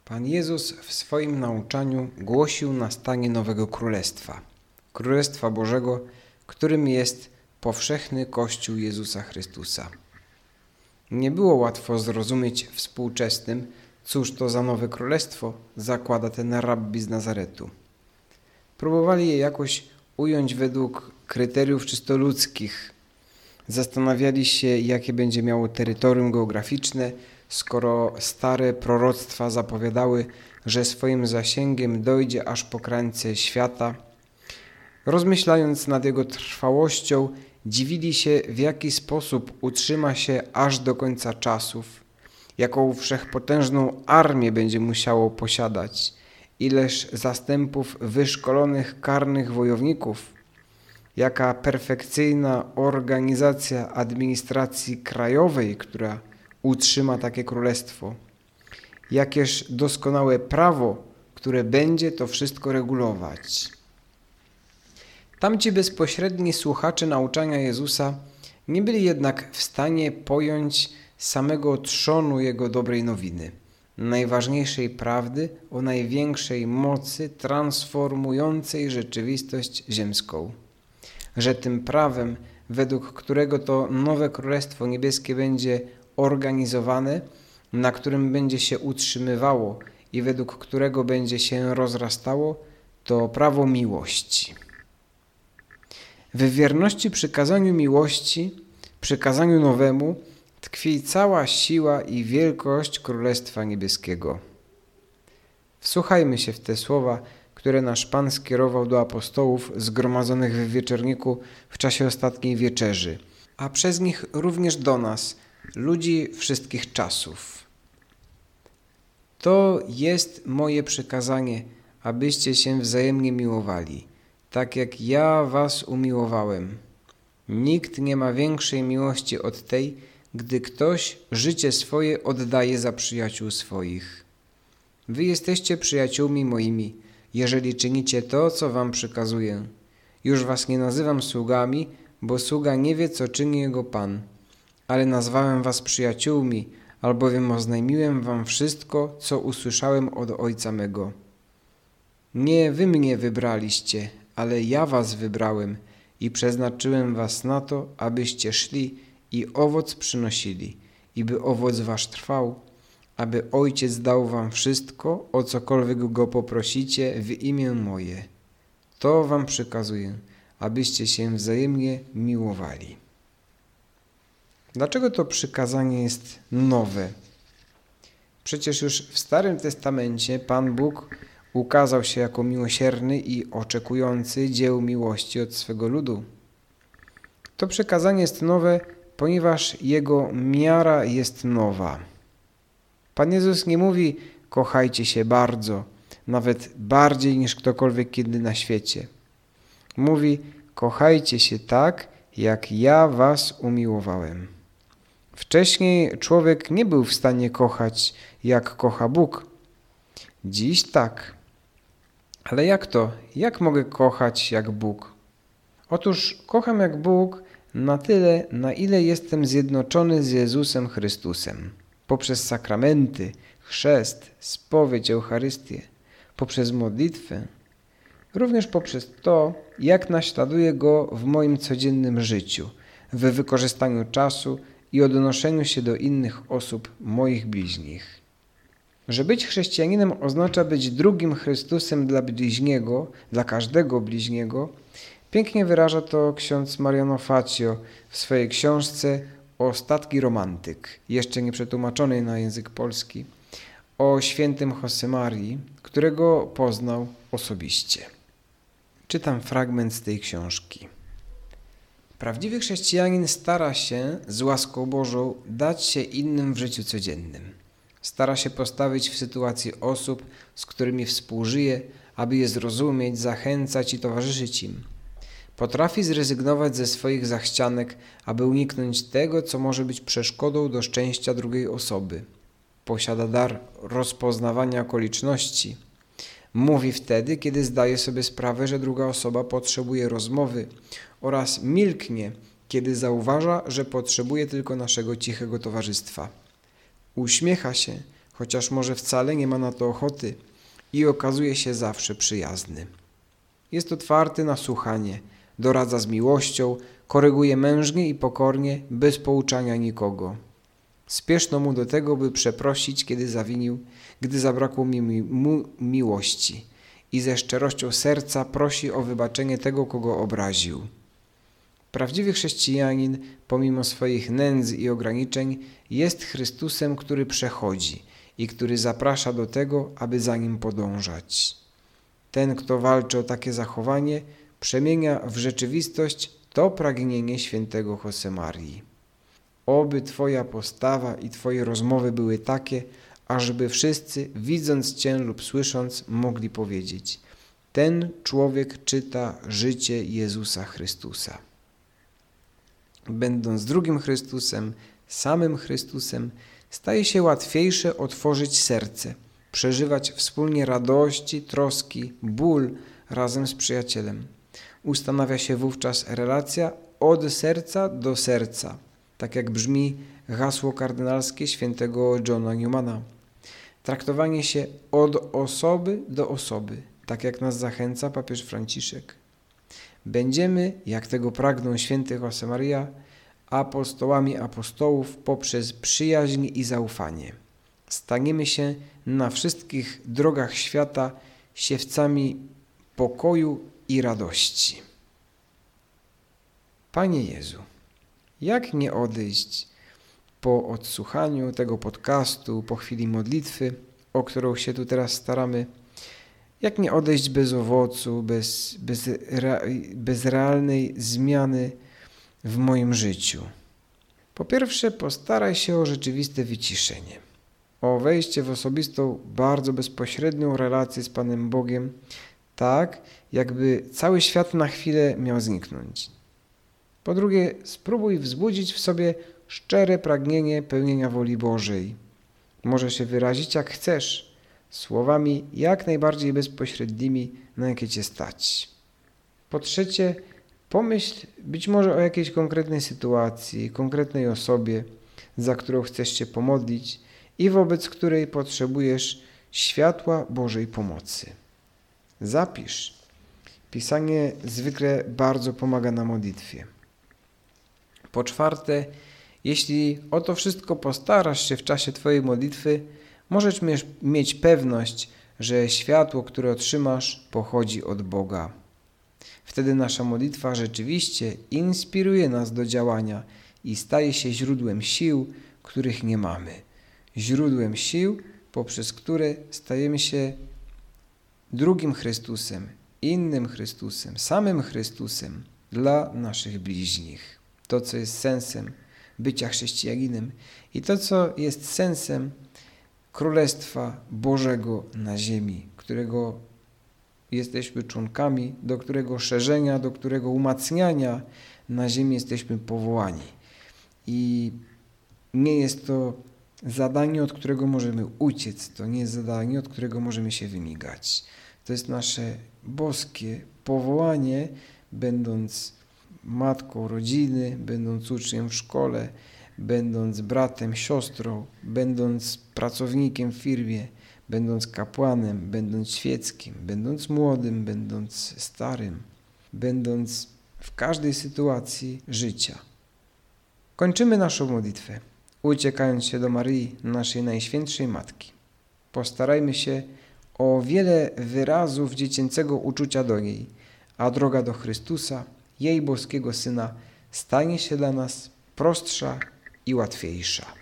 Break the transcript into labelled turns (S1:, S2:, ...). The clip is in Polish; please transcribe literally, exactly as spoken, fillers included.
S1: Pan Jezus w swoim nauczaniu głosił nastanie nowego Królestwa, Królestwa Bożego, którym jest powszechny Kościół Jezusa Chrystusa. Nie było łatwo zrozumieć współczesnym, cóż to za nowe królestwo zakłada ten rabbi z Nazaretu. Próbowali je jakoś ująć według kryteriów czysto ludzkich. Zastanawiali się, jakie będzie miało terytorium geograficzne, skoro stare proroctwa zapowiadały, że swoim zasięgiem dojdzie aż po krańce świata. Rozmyślając nad jego trwałością, dziwili się, w jaki sposób utrzyma się aż do końca czasów, jaką wszechpotężną armię będzie musiało posiadać, ileż zastępów wyszkolonych karnych wojowników, jaka perfekcyjna organizacja administracji krajowej, która utrzyma takie królestwo, jakież doskonałe prawo, które będzie to wszystko regulować. Tamci bezpośredni słuchacze nauczania Jezusa nie byli jednak w stanie pojąć samego trzonu Jego dobrej nowiny, najważniejszej prawdy o największej mocy transformującej rzeczywistość ziemską. Że tym prawem, według którego to nowe Królestwo Niebieskie będzie organizowane, na którym będzie się utrzymywało i według którego będzie się rozrastało, to prawo miłości. W wierności przykazaniu miłości, przykazaniu nowemu, tkwi cała siła i wielkość Królestwa Niebieskiego. Wsłuchajmy się w te słowa, które nasz Pan skierował do apostołów zgromadzonych w wieczorniku w czasie ostatniej wieczerzy, a przez nich również do nas, ludzi wszystkich czasów. To jest moje przykazanie, abyście się wzajemnie miłowali, tak jak ja was umiłowałem. Nikt nie ma większej miłości od tej, gdy ktoś życie swoje oddaje za przyjaciół swoich. Wy jesteście przyjaciółmi moimi, jeżeli czynicie to, co wam przykazuję. Już was nie nazywam sługami, bo sługa nie wie, co czyni jego Pan. Ale nazwałem was przyjaciółmi, albowiem oznajmiłem wam wszystko, co usłyszałem od Ojca mego. Nie wy mnie wybraliście, ale ja was wybrałem i przeznaczyłem was na to, abyście szli i owoc przynosili, i by owoc wasz trwał, aby Ojciec dał wam wszystko, o cokolwiek go poprosicie w imię moje. To wam przykazuję, abyście się wzajemnie miłowali. Dlaczego to przykazanie jest nowe? Przecież już w Starym Testamencie Pan Bóg ukazał się jako miłosierny i oczekujący dzieł miłości od swego ludu. To przykazanie jest nowe, ponieważ jego miara jest nowa. Pan Jezus nie mówi: kochajcie się bardzo, nawet bardziej niż ktokolwiek inny na świecie. Mówi: kochajcie się tak, jak ja was umiłowałem. Wcześniej człowiek nie był w stanie kochać, jak kocha Bóg. Dziś tak. Ale jak to? Jak mogę kochać jak Bóg? Otóż kocham jak Bóg na tyle, na ile jestem zjednoczony z Jezusem Chrystusem. Poprzez sakramenty, chrzest, spowiedź, Eucharystię, poprzez modlitwę, również poprzez to, jak naśladuję Go w moim codziennym życiu, w wykorzystaniu czasu i odnoszeniu się do innych osób, moich bliźnich. Że być chrześcijaninem oznacza być drugim Chrystusem dla bliźniego, dla każdego bliźniego, pięknie wyraża to ksiądz Mariano Faccio w swojej książce Ostatki romantyk, jeszcze nie przetłumaczonej na język polski, o świętym Josemarii, którego poznał osobiście. Czytam fragment z tej książki. Prawdziwy chrześcijanin stara się z łaską Bożą dać się innym w życiu codziennym. Stara się postawić w sytuacji osób, z którymi współżyje, aby je zrozumieć, zachęcać i towarzyszyć im. Potrafi zrezygnować ze swoich zachcianek, aby uniknąć tego, co może być przeszkodą do szczęścia drugiej osoby. Posiada dar rozpoznawania okoliczności. Mówi wtedy, kiedy zdaje sobie sprawę, że druga osoba potrzebuje rozmowy, oraz milknie, kiedy zauważa, że potrzebuje tylko naszego cichego towarzystwa. Uśmiecha się, chociaż może wcale nie ma na to ochoty i okazuje się zawsze przyjazny. Jest otwarty na słuchanie, doradza z miłością, koryguje mężnie i pokornie, bez pouczania nikogo. Spieszno mu do tego, by przeprosić, kiedy zawinił, gdy zabrakło mi, mu miłości i ze szczerością serca prosi o wybaczenie tego, kogo obraził. Prawdziwy chrześcijanin, pomimo swoich nędzy i ograniczeń, jest Chrystusem, który przechodzi i który zaprasza do tego, aby za Nim podążać. Ten, kto walczy o takie zachowanie, przemienia w rzeczywistość to pragnienie świętego Josemarii. Oby Twoja postawa i Twoje rozmowy były takie, ażeby wszyscy, widząc Cię lub słysząc, mogli powiedzieć: ten człowiek czyta życie Jezusa Chrystusa. Będąc drugim Chrystusem, samym Chrystusem, staje się łatwiejsze otworzyć serce, przeżywać wspólnie radości, troski, ból razem z przyjacielem. Ustanawia się wówczas relacja od serca do serca, tak jak brzmi hasło kardynalskie świętego Johna Newmana. Traktowanie się od osoby do osoby, tak jak nas zachęca papież Franciszek. Będziemy, jak tego pragną święty Josemaria, apostołami apostołów poprzez przyjaźń i zaufanie. Staniemy się na wszystkich drogach świata siewcami pokoju i radości. Panie Jezu, jak nie odejść po odsłuchaniu tego podcastu, po chwili modlitwy, o którą się tu teraz staramy, jak nie odejść bez owocu, bez, bez, bez realnej zmiany w moim życiu? Po pierwsze, postaraj się o rzeczywiste wyciszenie, o wejście w osobistą, bardzo bezpośrednią relację z Panem Bogiem, tak jakby cały świat na chwilę miał zniknąć. Po drugie, spróbuj wzbudzić w sobie szczere pragnienie pełnienia woli Bożej. Może się wyrazić jak chcesz, słowami jak najbardziej bezpośrednimi, na jakie Cię stać. Po trzecie, pomyśl być może o jakiejś konkretnej sytuacji, konkretnej osobie, za którą chcesz się pomodlić i wobec której potrzebujesz światła Bożej pomocy. Zapisz. Pisanie zwykle bardzo pomaga na modlitwie. Po czwarte, jeśli o to wszystko postarasz się w czasie Twojej modlitwy, możesz mieć pewność, że światło, które otrzymasz, pochodzi od Boga. Wtedy nasza modlitwa rzeczywiście inspiruje nas do działania i staje się źródłem sił, których nie mamy. Źródłem sił, poprzez które stajemy się drugim Chrystusem, innym Chrystusem, samym Chrystusem dla naszych bliźnich. To, co jest sensem bycia chrześcijaninem i to, co jest sensem Królestwa Bożego na ziemi, którego jesteśmy członkami, do którego szerzenia, do którego umacniania na ziemi jesteśmy powołani. I nie jest to zadanie, od którego możemy uciec, to nie jest zadanie, od którego możemy się wymigać. To jest nasze boskie powołanie, będąc matką rodziny, będąc uczniem w szkole, będąc bratem, siostrą, będąc pracownikiem w firmie, będąc kapłanem, będąc świeckim, będąc młodym, będąc starym, będąc w każdej sytuacji życia. Kończymy naszą modlitwę, uciekając się do Maryi, naszej Najświętszej Matki. Postarajmy się o wiele wyrazów dziecięcego uczucia do niej, a droga do Chrystusa, jej boskiego Syna, stanie się dla nas prostsza i łatwiejsza.